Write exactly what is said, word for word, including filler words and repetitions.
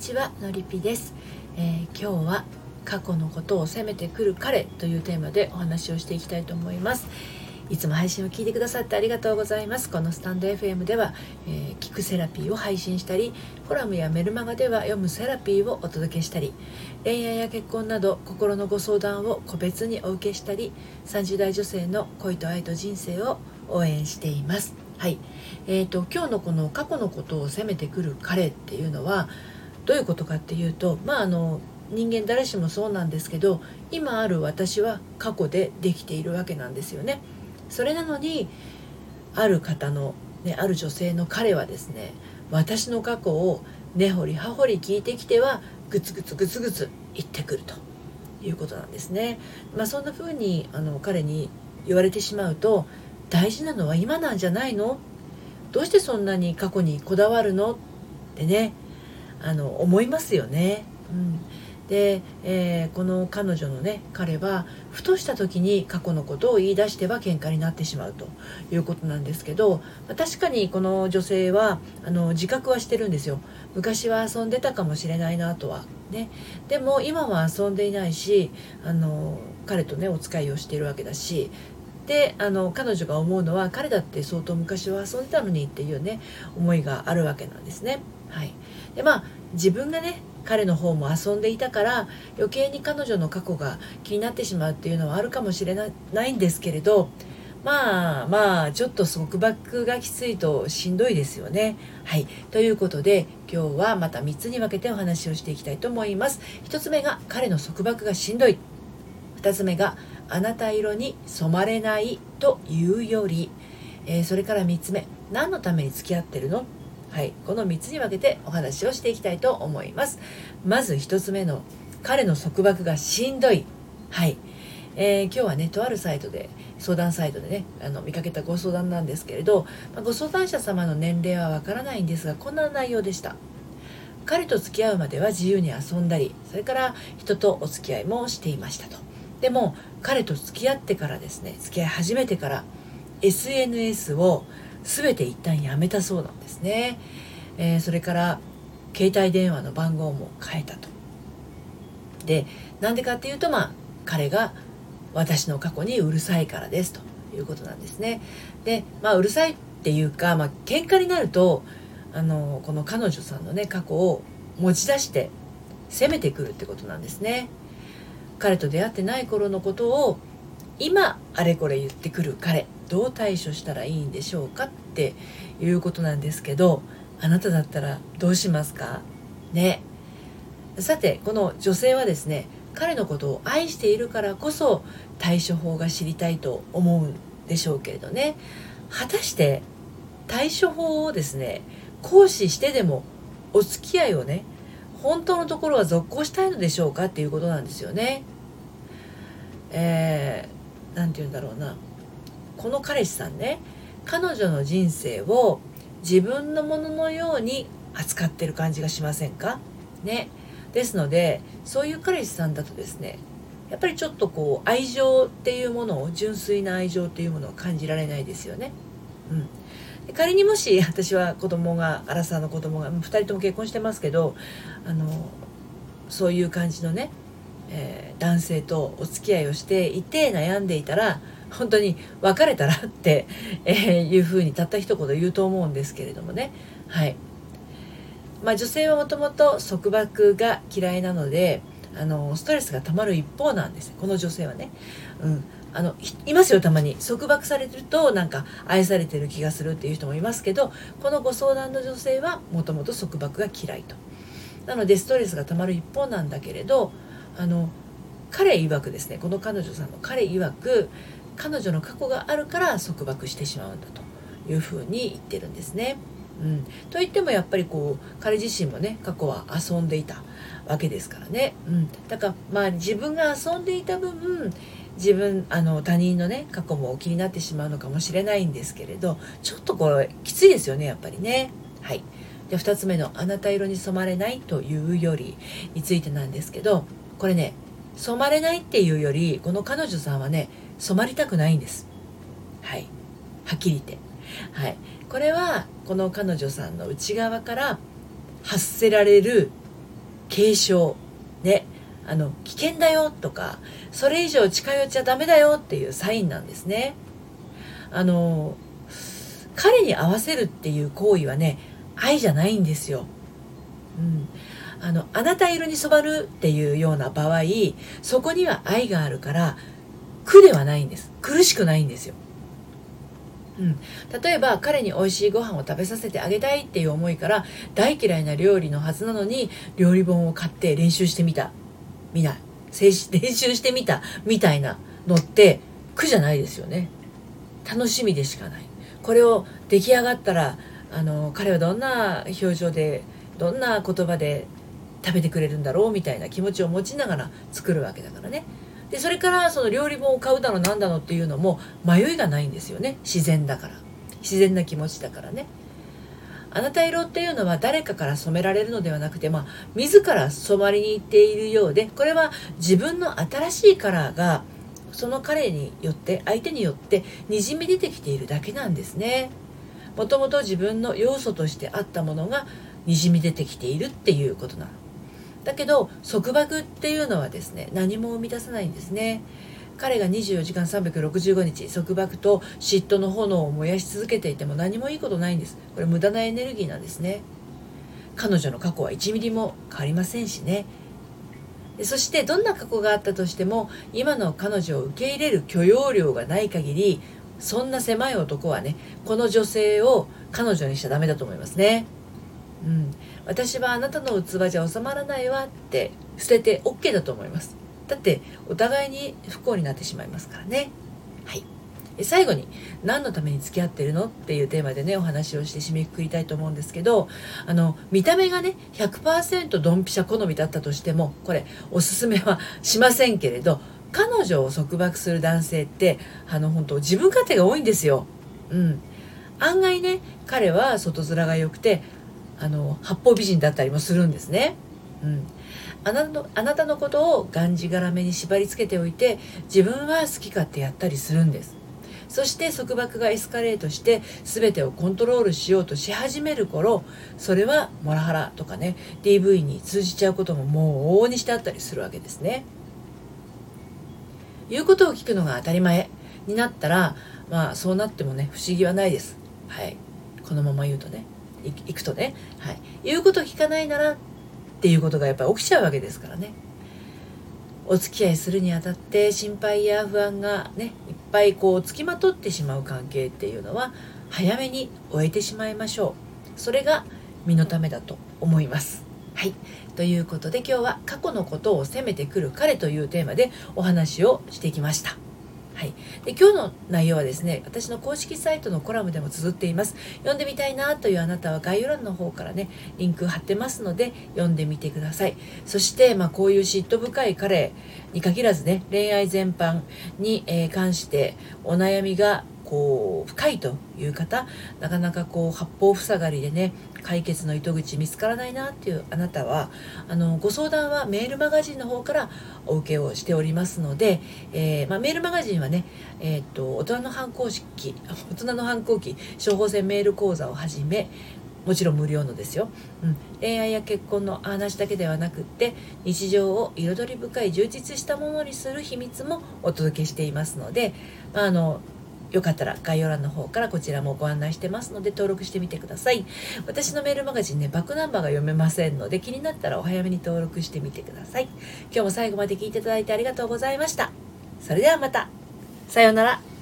ちは、のりぴです。えー、今日は過去のことを責めてくる彼というテーマでお話をしていきたいと思います。いつも配信を聞いてくださってありがとうございます。このスタンド エフエム では、えー、聞くセラピーを配信したり、コラムやメルマガでは読むセラピーをお届けしたり、恋愛や結婚など心のご相談を個別にお受けしたり、さんじゅう代女性の恋と愛と人生を応援しています。はい、えーと、今日のこの過去のことを責めてくる彼っていうのはどういうことかっていうと、まああの人間誰しもそうなんですけど、今ある私は過去でできているわけなんですよね。それなのにある方の、ね、ある女性の彼はですね、私の過去を根掘り葉掘り聞いてきてはグツグツグツグツ言ってくるということなんですね。まあ、そんな風にあの彼に言われてしまうと、大事なのは今なんじゃないの？どうしてそんなに過去にこだわるの？ってね、あの思いますよね。うんで、えー、この彼女のね彼はふとした時に過去のことを言い出しては喧嘩になってしまうということなんですけど、まあ、確かにこの女性はあの自覚はしてるんですよ。昔は遊んでたかもしれないなとはね。でも今は遊んでいないし、あの彼とねお付き合いをしているわけだし、であの彼女が思うのは、彼だって相当昔は遊んでたのにっていうね思いがあるわけなんですね。はい、でまあ自分がね彼の方も遊んでいたから余計に彼女の過去が気になってしまうっていうのはあるかもしれないんですけれど、まあまあちょっと束縛がきついとしんどいですよね。はい、ということで今日はまたみっつに分けてお話をしていきたいと思います。ひとつめが彼の束縛がしんどい。ふたつめがあなた色に染まれないというより、えー、それからみっつめ、何のために付き合ってるの？はい、このみっつに分けてお話をしていきたいと思います。まずひとつめの彼の束縛がしんどい。はい、えー、今日はねとあるサイトで相談サイトでねあの見かけたご相談なんですけれど、まあ、ご相談者様の年齢はわからないんですが、こんな内容でした。彼と付き合うまでは自由に遊んだり、それから人とお付き合いもしていましたと。でも彼と付き合ってからですね、付き合い始めてから エスエヌエス を全て一旦やめたそうなんですね。えー、それから携帯電話の番号も変えたと。でなんでかっていうと、まあ彼が私の過去にうるさいからですということなんですね。でまあうるさいっていうか、まあ喧嘩になるとあのこの彼女さんのね過去を持ち出して責めてくるってことなんですね。彼と出会ってない頃のことを今あれこれ言ってくる彼、どう対処したらいいんでしょうかっていうことなんですけど、あなただったらどうしますかね。さてこの女性はですね、彼のことを愛しているからこそ対処法が知りたいと思うんでしょうけれどね、果たして対処法をですね行使してでもお付き合いをね本当のところは続行したいのでしょうかっていうことなんですよね。えー、なんて言うんだろうな、この彼氏さんね、彼女の人生を自分のもののように扱ってる感じがしませんかね。ですのでそういう彼氏さんだとですね、やっぱりちょっとこう愛情っていうものを、純粋な愛情っていうものを感じられないですよね。うん仮にもし私は子供がアラサーの子供がふたりとも結婚してますけど、あのそういう感じのね、えー、男性とお付き合いをしていて悩んでいたら、本当に別れたらって、えー、いうふうにたった一言言うと思うんですけれどもね。はい、まあ、女性はもともと束縛が嫌いなので、あのストレスがたまる一方なんですこの女性はね。うんあのいますよ、たまに束縛されてるとなんか愛されてる気がするっていう人もいますけど、このご相談の女性はもともと束縛が嫌いと。なのでストレスがたまる一方なんだけれど、あの彼曰くですね、この彼女さんの彼曰く、彼女の過去があるから束縛してしまうんだというふうに言ってるんですね。うん、といってもやっぱりこう彼自身もね過去は遊んでいたわけですからね。うん、だからまあ自分が遊んでいた分、自分あの他人のね過去も気になってしまうのかもしれないんですけれど、ちょっとこれきついですよねやっぱりね。はい、でふたつめのあなた色に染まれないというよりについてなんですけど、これね染まれないっていうより、この彼女さんはね染まりたくないんです。はい、はっきり言って、はい、これはこの彼女さんの内側から発せられる警鐘ね、あの危険だよとか、それ以上近寄っちゃダメだよっていうサインなんですね。あの彼に合わせるっていう行為はね、愛じゃないんですよ。うん、あのあなた色に染まるっていうような場合、そこには愛があるから苦ではないんです。苦しくないんですよ。うん、例えば彼に美味しいご飯を食べさせてあげたいっていう思いから大嫌いな料理のはずなのに料理本を買って練習してみた見ない練習してみたみたいなのって苦じゃないですよね。楽しみでしかない。これを出来上がったらあの彼はどんな表情でどんな言葉で食べてくれるんだろうみたいな気持ちを持ちながら作るわけだからね。でそれからその料理本を買うだのなんだのっていうのも迷いがないんですよね。自然だから、自然な気持ちだからね。あなた色っていうのは誰かから染められるのではなくて、まあ、自ら染まりに行っているようで、これは自分の新しいカラーがその彼によって相手によってにじみ出てきているだけなんですね。もともと自分の要素としてあったものがにじみ出てきているっていうことなの。だけど束縛っていうのはですね、何も生み出さないんですね。彼がにじゅうよじかんさんびゃくろくじゅうごにち束縛と嫉妬の炎を燃やし続けていても何もいいことないんです。これ無駄なエネルギーなんですね。彼女の過去はいちミリも変わりませんしね。でそしてどんな過去があったとしても今の彼女を受け入れる許容量がない限り、そんな狭い男はね、この女性を彼女にしちゃダメだと思いますね。うん、私はあなたの器じゃ収まらないわって捨てて OK だと思います。だってお互いに不幸になってしまいますからね。はい。最後に何のために付き合ってるのっていうテーマでねお話をして締めくくりたいと思うんですけど、あの見た目がね ひゃくパーセント ドンピシャ好みだったとしてもこれおすすめはしませんけれど、彼女を束縛する男性ってあの本当自分勝手が多いんですよ。うん。案外ね彼は外面が良くてあの八方美人だったりもするんですね。うん、あなたの、あなたのことをがんじがらめに縛り付けておいて自分は好き勝手やったりするんです。そして束縛がエスカレートして全てをコントロールしようとし始める頃、それはモラハラとかね ディーブイ に通じちゃうことももう往々にしてあったりするわけですね。言うことを聞くのが当たり前になったら、まあそうなってもね不思議はないです。はい、このまま言うとねい, いくとね、はい、言うこと聞かないならっていうことがやっぱり起きちゃうわけですからね。お付き合いするにあたって心配や不安がねいっぱいこうつきまとってしまう関係っていうのは早めに終えてしまいましょう。それが身のためだと思います。はい、ということで今日は過去のことを責めてくる彼というテーマでお話をしてきました。はい、で今日の内容はですね、私の公式サイトのコラムでも綴っています。読んでみたいなというあなたは概要欄の方からねリンク貼ってますので読んでみてください。そして、まあ、こういう嫉妬深い彼に限らずね恋愛全般に、えー、関してお悩みがこう深いという方、なかなかこう八方塞がりでね解決の糸口見つからないなっていうあなたはあのご相談はメールマガジンの方からお受けをしておりますので、えーまあ、メールマガジンはね、えー、と大人の反抗期大人の反抗期処方箋メール講座をはじめ、もちろん無料のですよ、うん、恋愛や結婚の話だけではなくって日常を彩り深い充実したものにする秘密もお届けしていますので、まあ、あのよかったら概要欄の方からこちらもご案内してますので登録してみてください。私のメールマガジンねバックナンバーが読めませんので気になったらお早めに登録してみてください。今日も最後まで聞いていただいてありがとうございました。それではまた。さようなら。